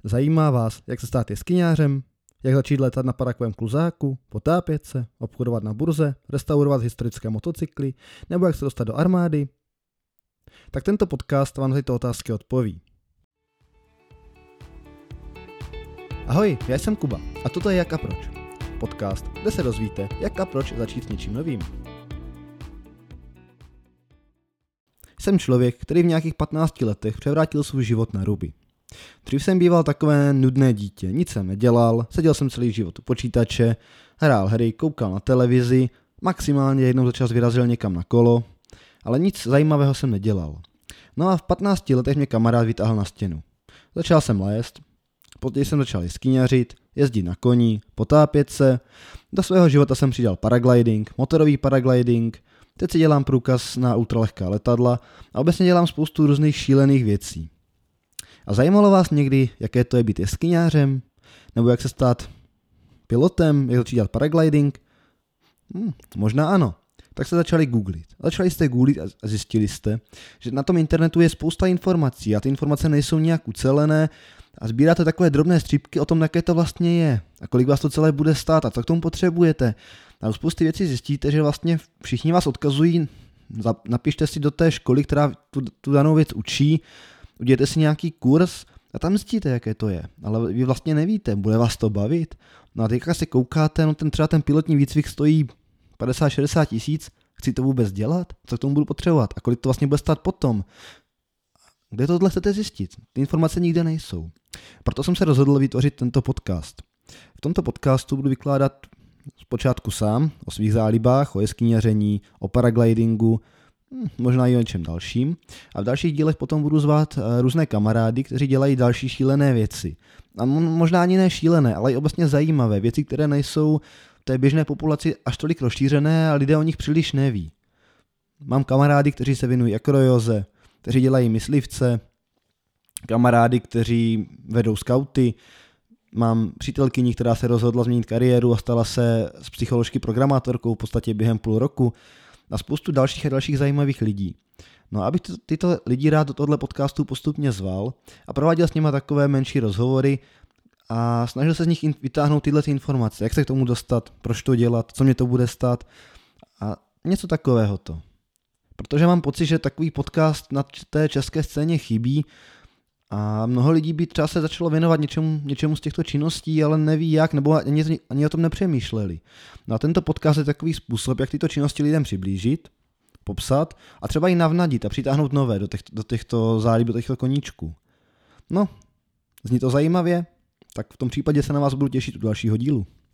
Zajímá vás, jak se stát jeskyňářem? Jak začít letat na parakovém kluzáku, potápět se, obchodovat na burze, restaurovat historické motocykly, nebo jak se dostat do armády? Tak tento podcast vám na tyto otázky odpoví. Ahoj, já jsem Kuba a toto je Jak a proč. Podcast, kde se dozvíte, jak a proč začít s něčím novým. Jsem člověk, který v nějakých 15 letech převrátil svůj život na ruby. Dřív jsem býval takové nudné dítě, nic jsem nedělal, seděl jsem celý život u počítače, hrál hry, koukal na televizi, maximálně jednou za čas vyrazil někam na kolo, ale nic zajímavého jsem nedělal. No a v 15 letech mě kamarád vytáhl na stěnu. Začal jsem lézt, později jsem začal jeskyňařit, jezdit na koni, potápět se, do svého života jsem přidal paragliding, motorový paragliding, teď si dělám průkaz na ultralehká letadla a obecně dělám spoustu různých šílených věcí. A zajímalo vás někdy, jaké to je být jeskyňářem? Nebo jak se stát pilotem, jak začít dělat paragliding? Možná ano. Tak jste začali googlit. Začali jste googlit a zjistili jste, že na tom internetu je spousta informací a ty informace nejsou nějak ucelené a sbíráte takové drobné střípky o tom, jaké to vlastně je a kolik vás to celé bude stát a co k tomu potřebujete. A u spousty věcí zjistíte, že vlastně všichni vás odkazují, napište si do té školy, která tu danou věc učí, udějte si nějaký kurz a tam zjistíte, jaké to je. Ale vy vlastně nevíte, bude vás to bavit. No a teďka se koukáte, no třeba ten pilotní výcvik stojí 50-60 tisíc, chci to vůbec dělat? Co k tomu budu potřebovat? A kolik to vlastně bude stát potom? Kde tohle chcete zjistit? Ty informace nikde nejsou. Proto jsem se rozhodl vytvořit tento podcast. V tomto podcastu budu vykládat zpočátku sám o svých zálibách, o jeskyňaření, o paraglidingu, možná i o něčem dalším. A v dalších dílech potom budu zvát různé kamarády, kteří dělají další šílené věci. A možná ani ne šílené, ale i obecně zajímavé věci, které nejsou v té běžné populaci až tolik rozšířené a lidé o nich příliš neví. Mám kamarády, kteří se věnují akrojóze, kteří dělají myslivce, kamarády, kteří vedou skauty, mám přítelkyni, která se rozhodla změnit kariéru a stala se z psycholožky programátorkou v podstatě během půl roku a spoustu dalších a dalších zajímavých lidí. No a abych tyto lidi rád do tohle podcastu postupně zval a prováděl s nimi takové menší rozhovory a snažil se z nich vytáhnout tyhle informace, jak se k tomu dostat, proč to dělat, co mě to bude stát a něco takového to. Protože mám pocit, že takový podcast na té české scéně chybí a mnoho lidí by třeba se začalo věnovat něčemu z těchto činností, ale neví jak, nebo ani o tom nepřemýšleli. No a tento podcast je takový způsob, jak tyto činnosti lidem přiblížit, popsat a třeba i navnadit a přitáhnout nové do těchto zálib, do těchto koníčků. No, zní to zajímavě? Tak v tom případě se na vás budu těšit u dalšího dílu.